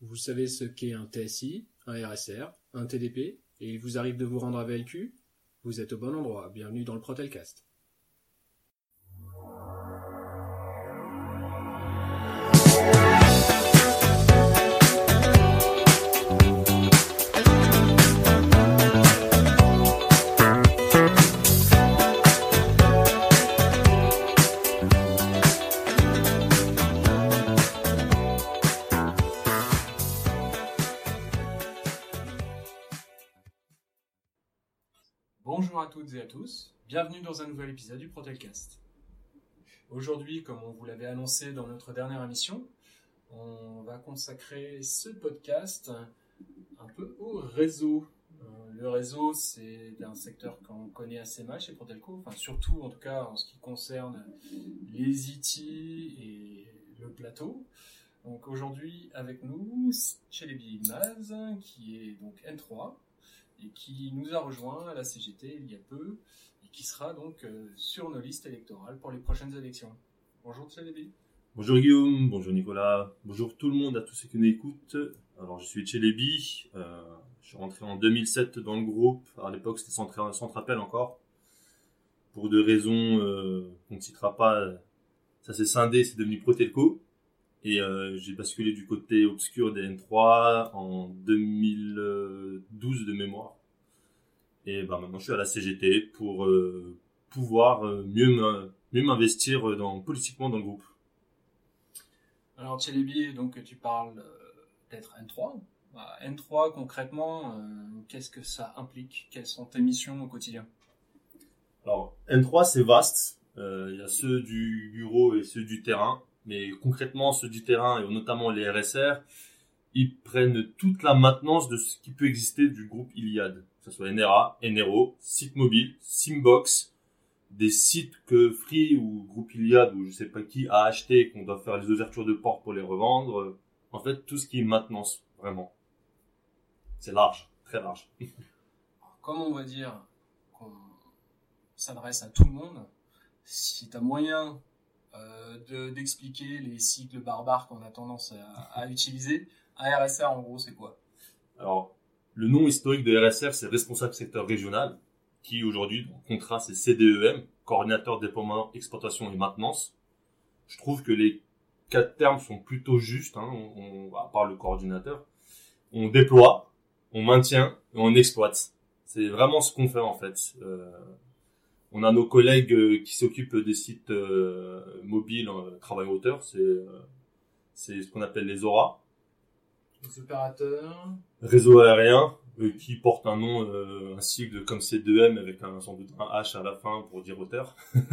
Vous savez ce qu'est un TSI, un RSR, un TDP, et il vous arrive de vous rendre à VLQ? Vous êtes au bon endroit, bienvenue dans le Protelcast. Bonjour à toutes et à tous, bienvenue dans un nouvel épisode du Protelcast. Aujourd'hui, comme on vous l'avait annoncé dans notre dernière émission, on va consacrer ce podcast un peu au réseau. Le réseau, c'est un secteur qu'on connaît assez mal chez Protelco, enfin surtout en tout cas en ce qui concerne les IT et le plateau. Donc aujourd'hui avec nous, Chelebi Maz, qui est donc N3, et qui nous a rejoint à la CGT il y a peu, et qui sera donc sur nos listes électorales pour les prochaines élections. Bonjour Chelebi. Bonjour Guillaume, bonjour Nicolas, bonjour tout le monde, à tous ceux qui nous écoutent. Alors je suis Chelebi, je suis rentré en 2007 dans le groupe, à l'époque c'était Centrapel encore. Pour deux raisons qu'on ne citera pas, ça s'est scindé, c'est devenu Protelco. Et j'ai basculé du côté obscur des N3 en 2012 de mémoire. Et maintenant je suis à la CGT pour pouvoir mieux m'investir politiquement dans le groupe. Alors Chelebi, donc tu parles d'être N3. N3 concrètement, qu'est-ce que ça implique? Quelles sont tes missions au quotidien? Alors N3 c'est vaste, il y a ceux du bureau et ceux du terrain. Mais concrètement, ceux du terrain et notamment les RSR, ils prennent toute la maintenance de ce qui peut exister du groupe Iliad. Que ce soit NRA, NRO, site mobile, Simbox, des sites que Free ou groupe Iliad ou je sais pas qui a acheté, qu'on doit faire les ouvertures de portes pour les revendre. En fait, tout ce qui est maintenance, vraiment. C'est large, très large. Comme on va dire qu'on s'adresse à tout le monde, si tu as moyen d'expliquer les cycles barbares qu'on a tendance à utiliser. Un RSR, en gros, c'est quoi? Alors, le nom historique de RSR, c'est responsable secteur régional, qui aujourd'hui, dans le contrat, c'est CDEM, coordinateur déploiement, exploitation et maintenance. Je trouve que les quatre termes sont plutôt justes, à part le coordinateur. On déploie, on maintient et on exploite. C'est vraiment ce qu'on fait, en fait. On a nos collègues qui s'occupent des sites mobiles, travail hauteur, c'est ce qu'on appelle les ORA. Les opérateurs. Réseau aérien, qui porte un nom, un sigle comme C2M avec sans doute un H à la fin pour dire hauteur.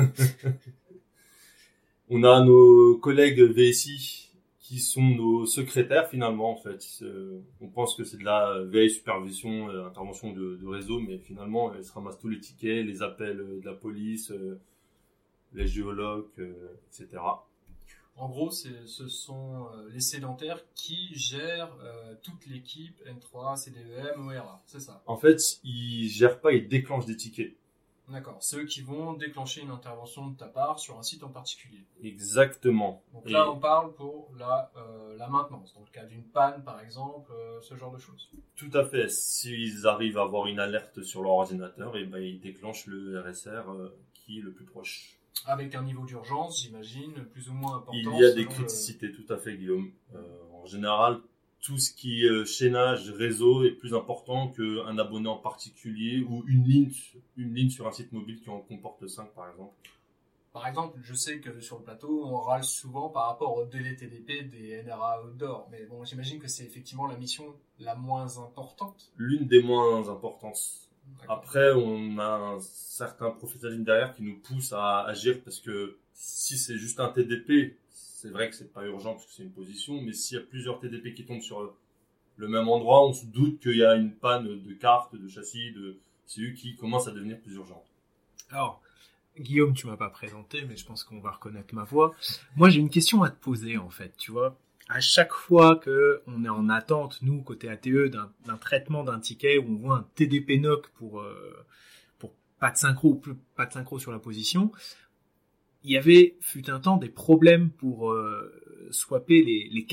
On a nos collègues VSI qui sont nos secrétaires finalement en fait. On pense que c'est de la veille, supervision, intervention de réseau, mais finalement ils se ramassent tous les tickets, les appels de la police, les géologues, etc. En gros, ce sont les sédentaires qui gèrent toute l'équipe N3, CDEM, ORA, c'est ça? En fait, ils gèrent pas, ils déclenchent des tickets. D'accord, ceux qui vont déclencher une intervention de ta part sur un site en particulier. Exactement. Donc là, on parle pour la maintenance, dans le cas d'une panne par exemple, ce genre de choses. Tout à fait. S'ils arrivent à avoir une alerte sur leur ordinateur, et ils déclenchent le RSR qui est le plus proche. Avec un niveau d'urgence, j'imagine, plus ou moins important. Il y a des criticités, tout à fait, Guillaume. En général, tout ce qui est chaînage réseau est plus important qu'un abonné en particulier ou une ligne sur un site mobile qui en comporte 5 par exemple. Par exemple, je sais que sur le plateau, on râle souvent par rapport au DDTDP des NRA Outdoor. Mais bon, j'imagine que c'est effectivement la mission la moins importante. L'une des moins importantes. D'accord. Après, on a un certain professionnalisme derrière qui nous pousse à agir parce que si c'est juste un TDP, c'est vrai que c'est pas urgent parce que c'est une position, mais s'il y a plusieurs TDP qui tombent sur le même endroit, on se doute qu'il y a une panne de carte, de châssis, de CU qui commence à devenir plus urgente. Alors, Guillaume, tu m'as pas présenté, mais je pense qu'on va reconnaître ma voix. Moi, j'ai une question à te poser, en fait, tu vois. À chaque fois qu'on est en attente, nous, côté ATE, d'un traitement d'un ticket, où on voit un TDP NOC pour pas de synchro sur la position, il y avait, fut un temps, des problèmes pour swapper les cartes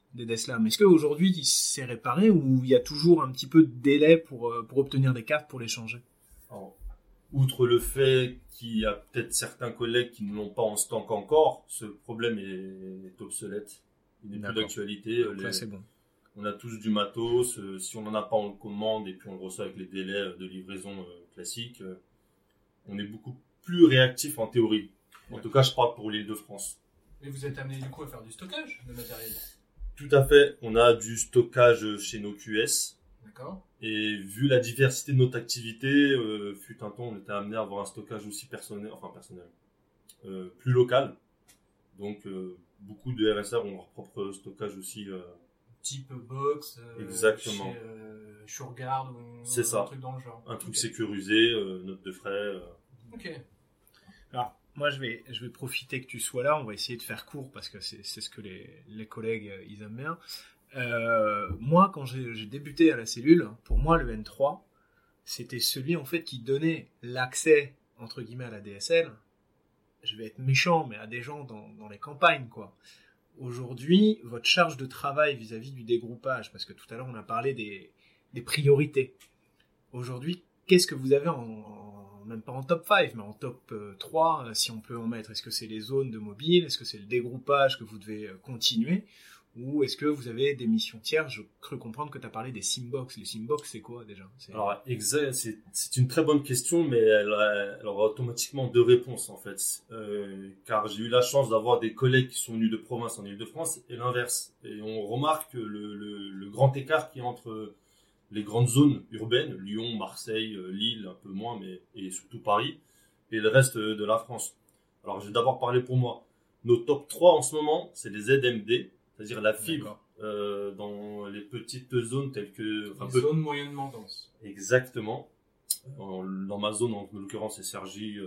des Deslam. Est-ce qu'aujourd'hui c'est réparé ou il y a toujours un petit peu de délai pour obtenir des cartes pour les changer? Alors, outre le fait qu'il y a peut-être certains collègues qui ne l'ont pas en stock encore, ce problème est obsolète. Il n'est plus D'accord. d'actualité. Donc là, c'est bon. On a tous du matos. Si on n'en a pas, on le commande et puis on le reçoit avec les délais de livraison classiques. On est beaucoup plus réactif en théorie. En tout cas, je parle pour l'Île-de-France. Et vous êtes amené du coup à faire du stockage de matériel. Tout à fait. On a du stockage chez nos QS. D'accord. Et vu la diversité de notre activité, fut un temps, on était amené à avoir un stockage aussi personnel, plus local. Donc, beaucoup de RSR ont leur propre stockage aussi. Type box. Exactement. Chez Shurgard ou C'est ça. un truc dans le genre. Un truc Ok. sécurisé, note de frais. Ok. Alors, moi, je vais profiter que tu sois là. On va essayer de faire court parce que c'est ce que les collègues ils aiment bien. Moi, quand j'ai débuté à la cellule, pour moi, le N3, c'était celui en fait qui donnait l'accès entre guillemets à la DSL. Je vais être méchant, mais à des gens dans les campagnes, quoi. Aujourd'hui, votre charge de travail vis-à-vis du dégroupage, parce que tout à l'heure on a parlé des priorités. Aujourd'hui, qu'est-ce que vous avez même pas en top 5, mais en top 3, si on peut en mettre? Est-ce que c'est les zones de mobile? Est-ce que c'est le dégroupage que vous devez continuer? Ou est-ce que vous avez des missions tierces? Je crus comprendre que tu as parlé des Simbox. Les Simbox, c'est quoi déjà? Alors, exact, c'est une très bonne question, mais elle aura automatiquement deux réponses en fait. Car j'ai eu la chance d'avoir des collègues qui sont venus de province en Île-de-France et l'inverse. Et on remarque le grand écart qu'il y a entre les grandes zones urbaines, Lyon, Marseille, Lille, un peu moins, et surtout Paris, et le reste de la France. Alors, je vais d'abord parler pour moi. Nos top 3 en ce moment, c'est les ZMD, c'est-à-dire la fibre dans les petites zones telles que... Les zones moyennement denses. Exactement. Dans ma zone, en l'occurrence, c'est Cergy,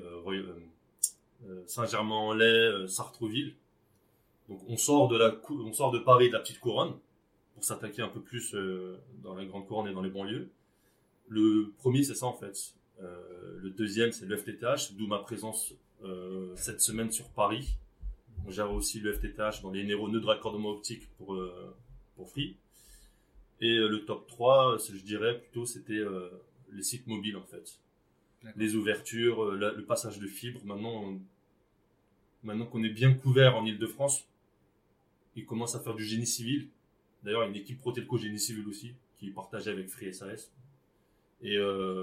Saint-Germain-en-Laye, Sartrouville. Donc on sort de Paris, de la petite couronne, pour s'attaquer un peu plus dans la grande couronne et dans les banlieues. Le premier, c'est ça en fait. Le deuxième, c'est le FTTH, d'où ma présence cette semaine sur Paris. On gère aussi le FTTH dans les nœuds de raccordement optique pour Free. Et le top 3, je dirais plutôt, c'était les sites mobiles en fait. D'accord. Les ouvertures, le passage de fibre. Maintenant qu'on est bien couvert en Île-de-France, ils commencent à faire du génie civil. D'ailleurs, il y a une équipe Protelco Génie Civil aussi, qui est partagée avec Free SAS. Et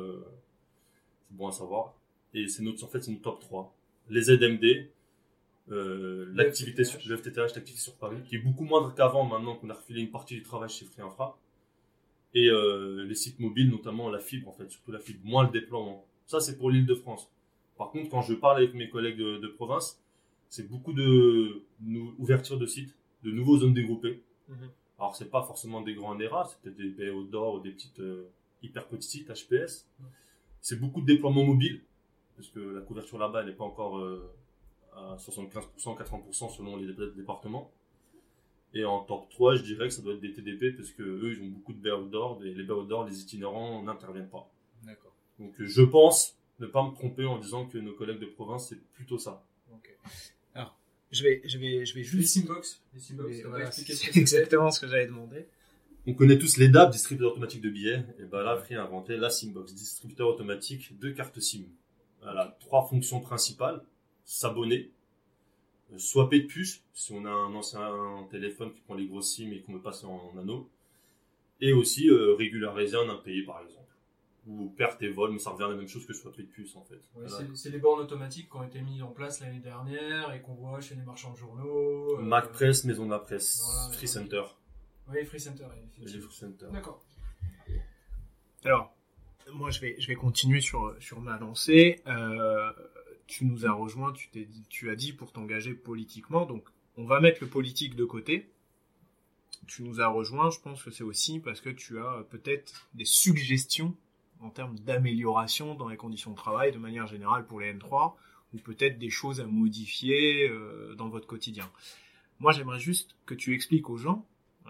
c'est bon à savoir. Et c'est notre top 3. Les ZMD, l'activité sur le FTTH, l'activité sur Paris, qui est beaucoup moindre qu'avant maintenant qu'on a refilé une partie du travail chez Free Infra. Et les sites mobiles, notamment la fibre en fait, surtout la fibre, moins le déploiement. Ça, c'est pour l'Île-de-France. Par contre, quand je parle avec mes collègues de province, c'est beaucoup d'ouverture de sites, de nouveaux zones dégroupées. Alors, c'est pas forcément des grands NRA, c'est peut-être des BO d'or ou des petites hyper petits sites HPS. C'est beaucoup de déploiement mobile, parce que la couverture là-bas, elle n'est pas encore à 75%, 80% selon les départements. Et en top 3, je dirais que ça doit être des TDP, parce que eux, ils ont beaucoup de BO d'or, et les BO d'or, les itinérants n'interviennent pas. D'accord. Donc, je pense ne pas me tromper en disant que nos collègues de province, c'est plutôt ça. Ok. Alors, je vais juste... Les Simbox, voilà, c'est exactement ce que j'avais demandé. On connaît tous les DAB, distributeurs automatiques de billets. Et ben là, Free a inventé la Simbox, distributeur automatique de cartes SIM. Voilà, 3 fonctions principales. S'abonner, swapper de puce, si on a un ancien téléphone qui prend les grosses SIM et qu'on veut passer en anneau. Et aussi régulariser un impayé, par exemple. Ou perte et vol, mais ça revient à la même chose que swapper de puce, en fait. Ouais, voilà. C'est les bornes automatiques qui ont été mises en place l'année dernière et qu'on voit chez les marchands de journaux. Macpress, Maison de la Presse, voilà, Free Center. Oui, Free Center, effectivement. Free Center. D'accord. Alors, moi, je vais continuer sur ma lancée. Tu nous as rejoint, tu as dit pour t'engager politiquement, donc on va mettre le politique de côté. Tu nous as rejoint, je pense que c'est aussi parce que tu as peut-être des suggestions en termes d'amélioration dans les conditions de travail de manière générale pour les N3, ou peut-être des choses à modifier dans votre quotidien. Moi, j'aimerais juste que tu expliques aux gens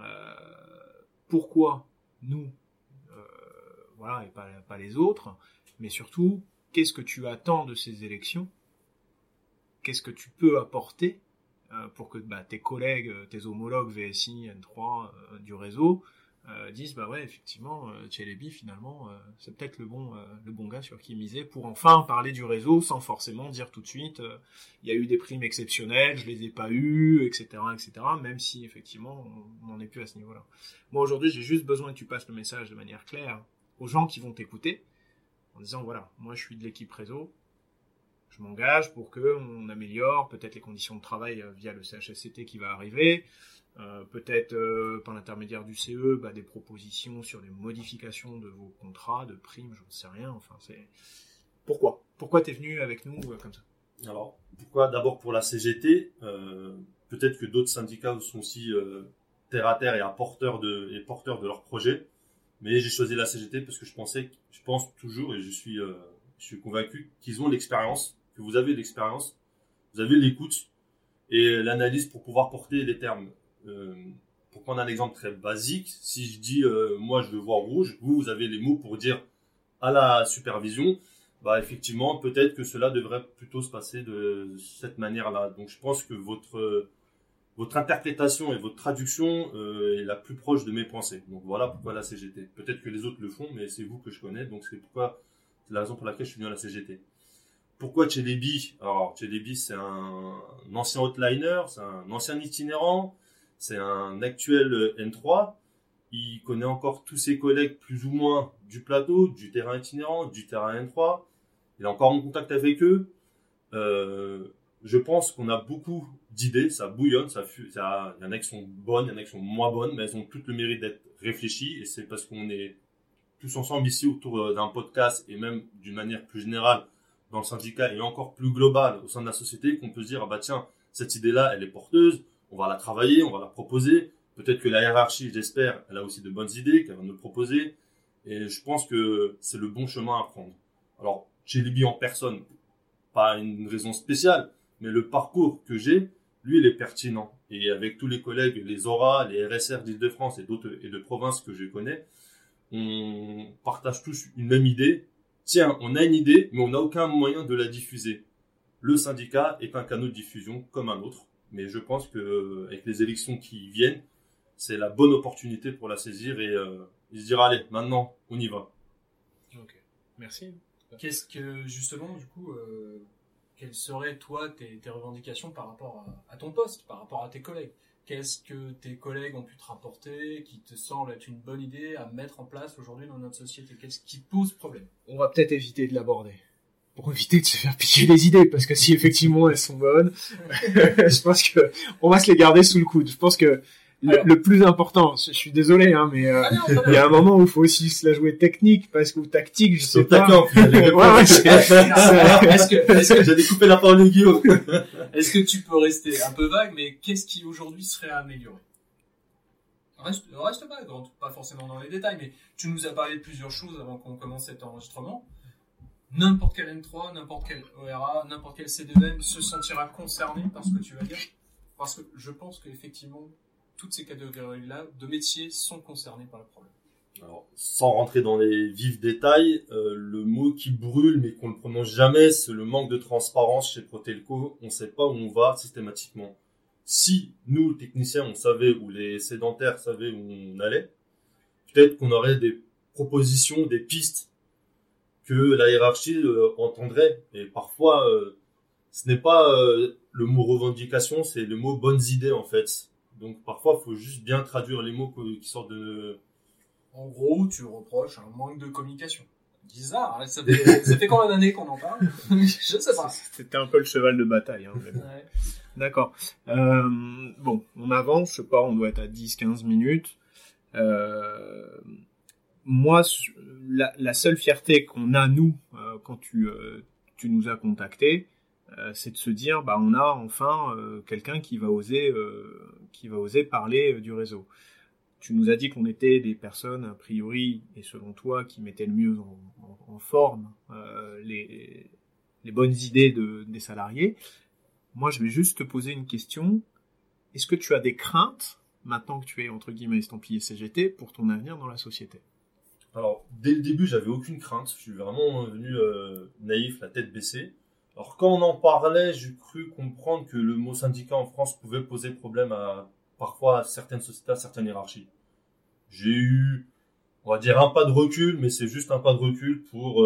pourquoi nous, voilà, et pas les autres, mais surtout, qu'est-ce que tu attends de ces élections? Qu'est-ce que tu peux apporter pour que tes collègues, tes homologues VSI, N3 du réseau disent ouais, effectivement, Celebi finalement c'est peut-être le bon gars sur qui miser pour enfin parler du réseau sans forcément dire tout de suite il y a eu des primes exceptionnelles, je les ai pas eues, etc., même si effectivement on n'en est plus à ce niveau-là. Moi aujourd'hui j'ai juste besoin que tu passes le message de manière claire aux gens qui vont t'écouter en disant voilà, moi je suis de l'équipe réseau, je m'engage pour qu'on améliore peut-être les conditions de travail via le CHSCT qui va arriver, peut-être par l'intermédiaire du CE, des propositions sur des modifications de vos contrats, de primes, j'en sais rien. Enfin, c'est pourquoi t'es venu avec nous comme ça? Alors, pourquoi? D'abord pour la CGT, peut-être que d'autres syndicats sont aussi terre à terre et porteurs de leur projet, mais j'ai choisi la CGT parce que je pense toujours et je suis convaincu qu'ils ont l'expérience, que vous avez l'expérience, vous avez l'écoute et l'analyse pour pouvoir porter les termes. Pour prendre un exemple très basique, si je dis moi je veux voir rouge, vous avez les mots pour dire à la supervision, effectivement peut-être que cela devrait plutôt se passer de cette manière-là. Donc je pense que votre interprétation et votre traduction est la plus proche de mes pensées. Donc voilà pourquoi la CGT. Peut-être que les autres le font, mais c'est vous que je connais, donc c'est la raison pour laquelle je suis venu à la CGT. Pourquoi Celebi? Alors Celebi c'est un ancien outliner, c'est un ancien itinérant, c'est un actuel N3. Il connaît encore tous ses collègues plus ou moins du plateau, du terrain itinérant, du terrain N3. Il est encore en contact avec eux. Je pense qu'on a beaucoup d'idées, ça bouillonne, il y en a qui sont bonnes, il y en a qui sont moins bonnes, mais elles ont toutes le mérite d'être réfléchies. Et c'est parce qu'on est tous ensemble ici autour d'un podcast et même d'une manière plus générale dans le syndicat et encore plus globale au sein de la société qu'on peut se dire tiens, cette idée-là, elle est porteuse. On va la travailler, on va la proposer. Peut-être que la hiérarchie, j'espère, elle a aussi de bonnes idées qu'elle va nous proposer. Et je pense que c'est le bon chemin à prendre. Alors, chez Libye en personne, pas une raison spéciale, mais le parcours que j'ai, lui, il est pertinent. Et avec tous les collègues, les ORA, les RSR d'Île-de-France et d'autres et de provinces que je connais, on partage tous une même idée. Tiens, on a une idée, mais on n'a aucun moyen de la diffuser. Le syndicat est un canal de diffusion comme un autre. Mais je pense que avec les élections qui viennent, c'est la bonne opportunité pour la saisir et se dire allez, maintenant, on y va. Ok, merci. Qu'est-ce que justement, du coup, quelles seraient toi tes revendications par rapport à ton poste, par rapport à tes collègues? Qu'est-ce que tes collègues ont pu te rapporter qui te semble être une bonne idée à mettre en place aujourd'hui dans notre société? Qu'est-ce qui pose problème? On va peut-être éviter de l'aborder, pour éviter de se faire piquer les idées, parce que si effectivement elles sont bonnes, je pense que on va se les garder sous le coude. Je pense que le plus important, je suis désolé, mais il y a un moment où il faut aussi se la jouer technique, parce que tactique, je sais pas. Est-ce que j'allais couper la parole de Guillaume? Est-ce que tu peux rester un peu vague, mais qu'est-ce qui aujourd'hui serait amélioré? Reste vague, pas forcément dans les détails, mais tu nous as parlé de plusieurs choses avant qu'on commence cet enregistrement. N'importe quel N3, n'importe quel ORA, n'importe quel C2M se sentira concerné par ce que tu vas dire. Parce que je pense qu'effectivement, toutes ces catégories-là de métiers sont concernées par le problème. Alors, sans rentrer dans les vifs détails, le mot qui brûle mais qu'on ne prononce jamais, c'est le manque de transparence chez Protelco. On ne sait pas où on va systématiquement. Si nous, techniciens, on savait où les sédentaires savaient où on allait, peut-être qu'on aurait des propositions, des pistes que la hiérarchie entendrait. Et parfois, ce n'est pas le mot revendication, c'est le mot bonnes idées en fait. Donc parfois, il faut juste bien traduire les mots qui sortent de... En gros, tu reproches un manque de communication. Bizarre, ça fait combien d'années qu'on en parle? Je ne sais pas. C'était un peu le cheval de bataille. Ouais. D'accord. Bon, on avance, je sais pas, on doit être à 10-15 minutes. Moi, la seule fierté qu'on a, nous, quand tu nous as contactés, c'est de se dire, on a enfin quelqu'un qui va oser parler du réseau. Tu nous as dit qu'on était des personnes, a priori, et selon toi, qui mettaient le mieux en forme les bonnes idées des salariés. Moi, je vais juste te poser une question. Est-ce que tu as des craintes, maintenant que tu es, entre guillemets, estampillé CGT, pour ton avenir dans la société? Alors, dès le début, j'avais aucune crainte. Je suis vraiment venu naïf, la tête baissée. Alors quand on en parlait, j'ai cru comprendre que le mot syndicat en France pouvait poser problème parfois à certaines sociétés, à certaines hiérarchies. J'ai eu, on va dire, un pas de recul, mais c'est juste un pas de recul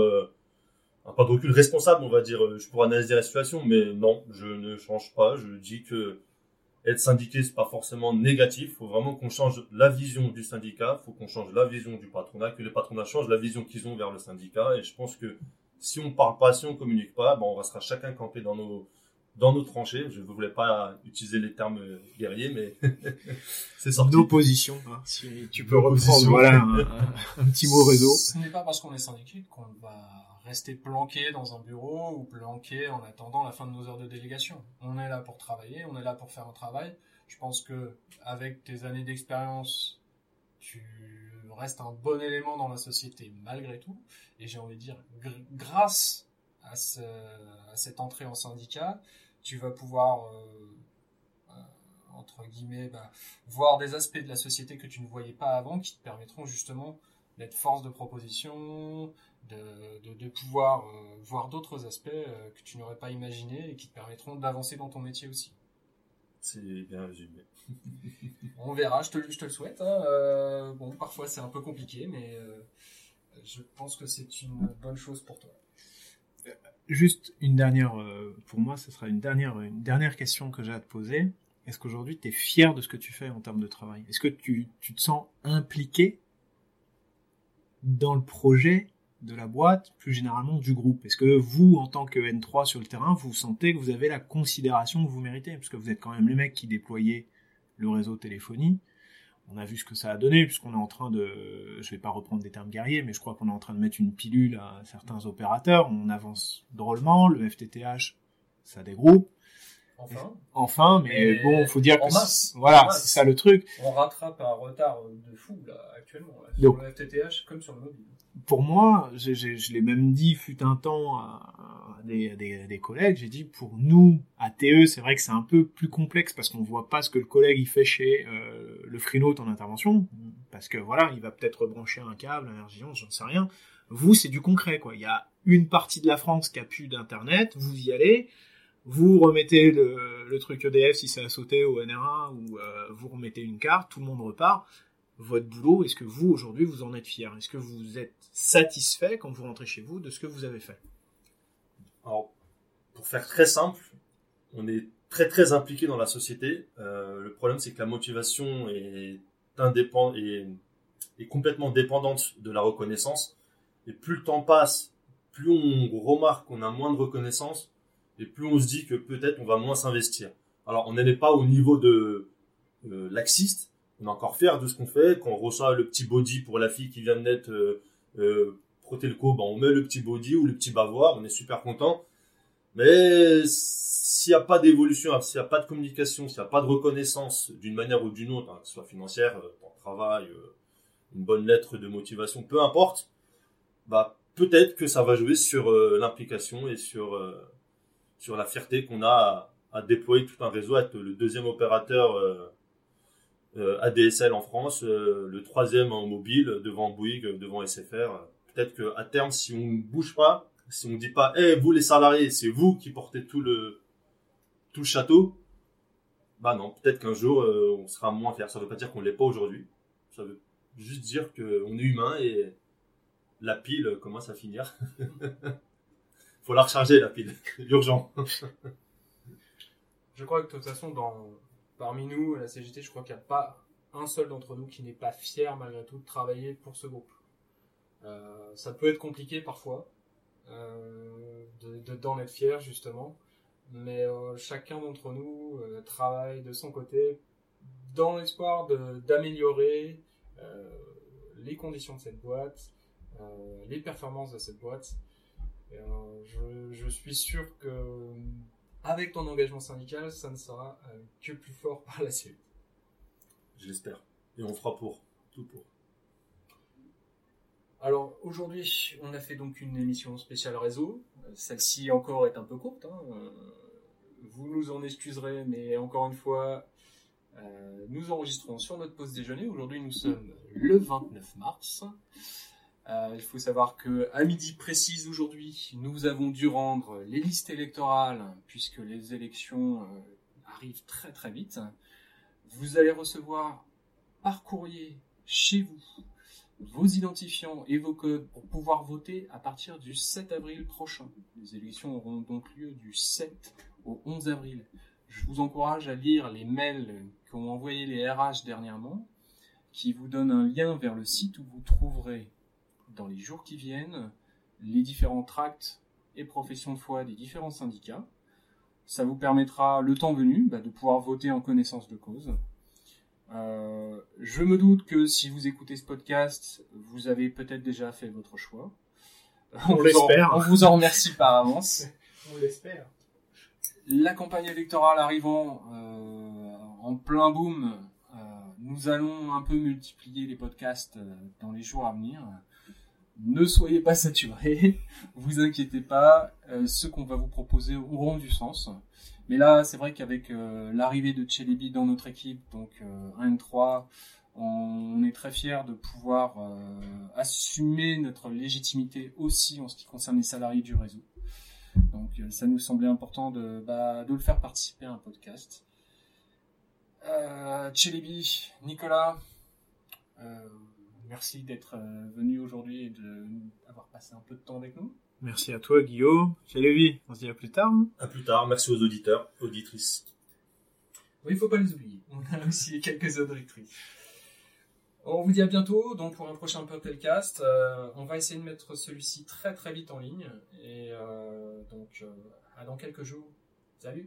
un pas de recul responsable, on va dire, pour analyser la situation, mais non, je ne change pas. Je dis que être syndiqué, c'est pas forcément négatif. Faut vraiment qu'on change la vision du syndicat. Faut qu'on change la vision du patronat, que les patronats changent la vision qu'ils ont vers le syndicat. Et je pense que si on parle pas, si on communique pas, on restera chacun campé dans nos tranchées. Je ne voulais pas utiliser les termes guerriers, mais c'est sorti. Nos positions, hein, si tu peux reprendre, voilà, un petit mot réseau. Ce n'est pas parce qu'on est syndiqué qu'on va rester planqué dans un bureau ou planqué en attendant la fin de nos heures de délégation. On est là pour travailler, on est là pour faire un travail. Je pense que avec tes années d'expérience, tu restes un bon élément dans la société malgré tout. Et j'ai envie de dire, grâce à cette entrée en syndicat, tu vas pouvoir, entre guillemets, voir des aspects de la société que tu ne voyais pas avant, qui te permettront justement d'être force de proposition, de pouvoir voir d'autres aspects que tu n'aurais pas imaginés et qui te permettront d'avancer dans ton métier aussi. C'est bien résumé. On verra, je te le souhaite. Hein. Parfois c'est un peu compliqué, mais je pense que c'est une bonne chose pour toi. Juste une dernière, pour moi, ce sera une dernière question que j'ai à te poser. Est-ce qu'aujourd'hui, tu es fier de ce que tu fais en termes de travail ? Est-ce que tu te sens impliqué dans le projet de la boîte, plus généralement du groupe ? Est-ce que vous, en tant que N3 sur le terrain, vous sentez que vous avez la considération que vous méritez ? Parce que vous êtes quand même les mecs qui déployaient le réseau téléphonie. On a vu ce que ça a donné, puisqu'on est en train de... Je vais pas reprendre des termes guerriers, mais je crois qu'on est en train de mettre une pilule à certains opérateurs. On avance drôlement, le FTTH, ça dégroupe. Enfin, mais bon, faut dire que masse, voilà, c'est ça le truc. On rattrape un retard de fou là actuellement là, sur le FTTH comme sur le mobile. Pour moi, je l'ai même dit fut un temps à des collègues, j'ai dit pour nous à TE, c'est vrai que c'est un peu plus complexe parce qu'on voit pas ce que le collègue il fait chez le freenote en intervention, parce que voilà, il va peut-être rebrancher un câble, un RJ11, j'en sais rien. Vous, c'est du concret quoi. Il y a une partie de la France qui a plus d'internet, vous y allez. Vous remettez le truc EDF si ça a sauté au NRA ou vous remettez une carte, tout le monde repart. Votre boulot, est-ce que vous, aujourd'hui, vous en êtes fier ? Est-ce que vous êtes satisfait quand vous rentrez chez vous de ce que vous avez fait ? Alors, pour faire très simple, on est très très impliqué dans la société. Le problème, c'est que la motivation est complètement dépendante de la reconnaissance. Et plus le temps passe, plus on remarque qu'on a moins de reconnaissance, et plus on se dit que peut-être on va moins s'investir. Alors, on n'est pas au niveau de laxiste. On est encore fier de ce qu'on fait. Quand on reçoit le petit body pour la fille qui vient de naître Protelco, on met le petit body ou le petit bavoir. On est super content. Mais s'il n'y a pas d'évolution, s'il n'y a pas de communication, s'il n'y a pas de reconnaissance d'une manière ou d'une autre, que ce soit financière, temps de travail, une bonne lettre de motivation, peu importe, peut-être que ça va jouer sur l'implication et sur la fierté qu'on a à déployer tout un réseau, être le deuxième opérateur ADSL en France, le troisième en mobile, devant Bouygues, devant SFR. Peut-être qu'à terme, si on ne bouge pas, si on ne dit pas, vous les salariés, c'est vous qui portez tout le château, non, peut-être qu'un jour, on sera moins fier. Ça ne veut pas dire qu'on ne l'est pas aujourd'hui. Ça veut juste dire qu'on est humain et la pile commence à finir. Faut la recharger, la pile. Urgent. Je crois que de toute façon, parmi nous, la CGT, je crois qu'il n'y a pas un seul d'entre nous qui n'est pas fier, malgré tout, de travailler pour ce groupe. Ça peut être compliqué parfois, d'en être fier, justement. Mais chacun d'entre nous travaille de son côté dans l'espoir d'améliorer les conditions de cette boîte, les performances de cette boîte. Je suis sûr que avec ton engagement syndical, ça ne sera que plus fort par la suite. Je l'espère. Et on fera tout pour. Alors aujourd'hui, on a fait donc une émission spéciale réseau. Celle-ci encore est un peu courte. Vous nous en excuserez, mais encore une fois, nous enregistrons sur notre pause déjeuner. Aujourd'hui, nous sommes le 29 mars. Il faut savoir que à midi précise aujourd'hui, nous avons dû rendre les listes électorales puisque les élections arrivent très très vite. Vous allez recevoir par courrier chez vous vos identifiants et vos codes pour pouvoir voter à partir du 7 avril prochain. Les élections auront donc lieu du 7 au 11 avril. Je vous encourage à lire les mails qu'ont envoyés les RH dernièrement, qui vous donnent un lien vers le site où vous trouverez, dans les jours qui viennent, les différents tracts et professions de foi des différents syndicats. Ça vous permettra, le temps venu, de pouvoir voter en connaissance de cause. Je me doute que si vous écoutez ce podcast, vous avez peut-être déjà fait votre choix. On l'espère. On vous en remercie par avance. On l'espère. La campagne électorale arrivant en plein boom, nous allons un peu multiplier les podcasts dans les jours à venir. Ne soyez pas saturés, vous inquiétez pas, ceux qu'on va vous proposer auront du sens. Mais là, c'est vrai qu'avec l'arrivée de Celebi dans notre équipe, donc 1N3, on est très fiers de pouvoir assumer notre légitimité aussi en ce qui concerne les salariés du réseau. Donc ça nous semblait important de le faire participer à un podcast. Celebi, Nicolas, merci d'être venu aujourd'hui et d'avoir passé un peu de temps avec nous. Merci à toi, Guillaume. Chez on se dit à plus tard. À plus tard. Merci aux auditeurs, auditrices. Oui, il faut pas les oublier. On a aussi quelques auditrices. On vous dit à bientôt donc pour un prochain podcast. On va essayer de mettre celui-ci très très vite en ligne. Et donc, à dans quelques jours. Salut.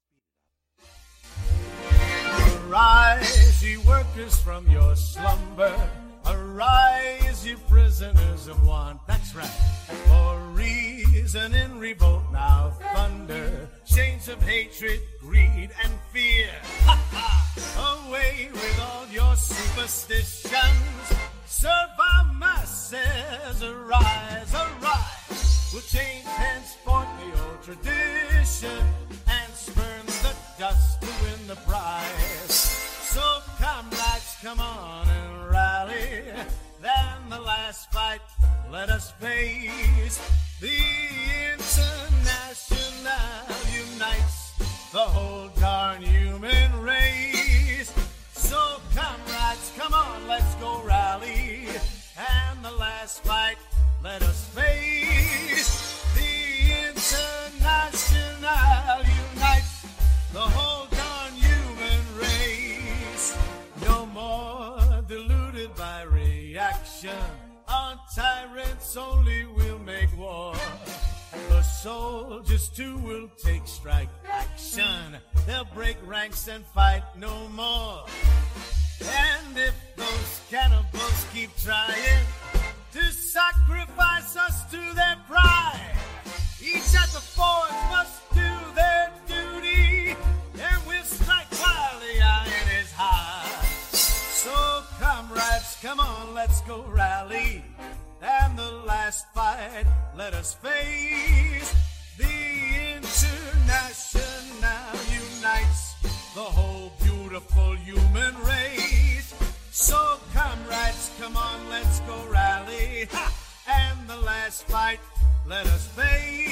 Arise, ye workers, from your slumber. Arise, ye prisoners of want. That's right. For reason in revolt now thunder. Chains of hatred, greed, and fear. Away with all your superstitions. Serve our masses. Arise, arise. We'll change henceforth the old tradition and spurn the dust to win the prize. So comrades, come on and rally. Then the last fight, let us face. The International unites the whole darn human race. So comrades, come on, let's go rally. And the last fight, let us face. The International unites the whole darn human race. No more deluded by reaction. On tyrants only will make war. The soldiers too will take strike action. They'll break ranks and fight no more. And if those cannibals keep trying to sacrifice us to their pride, each at the forge must do their duty, and we'll strike while the iron is hot. So comrades, come on, let's go rally. And the last fight, let us face. The International unites the whole beautiful human race. So comrades, come on, let's go rally. Ha! And the last fight, let us face.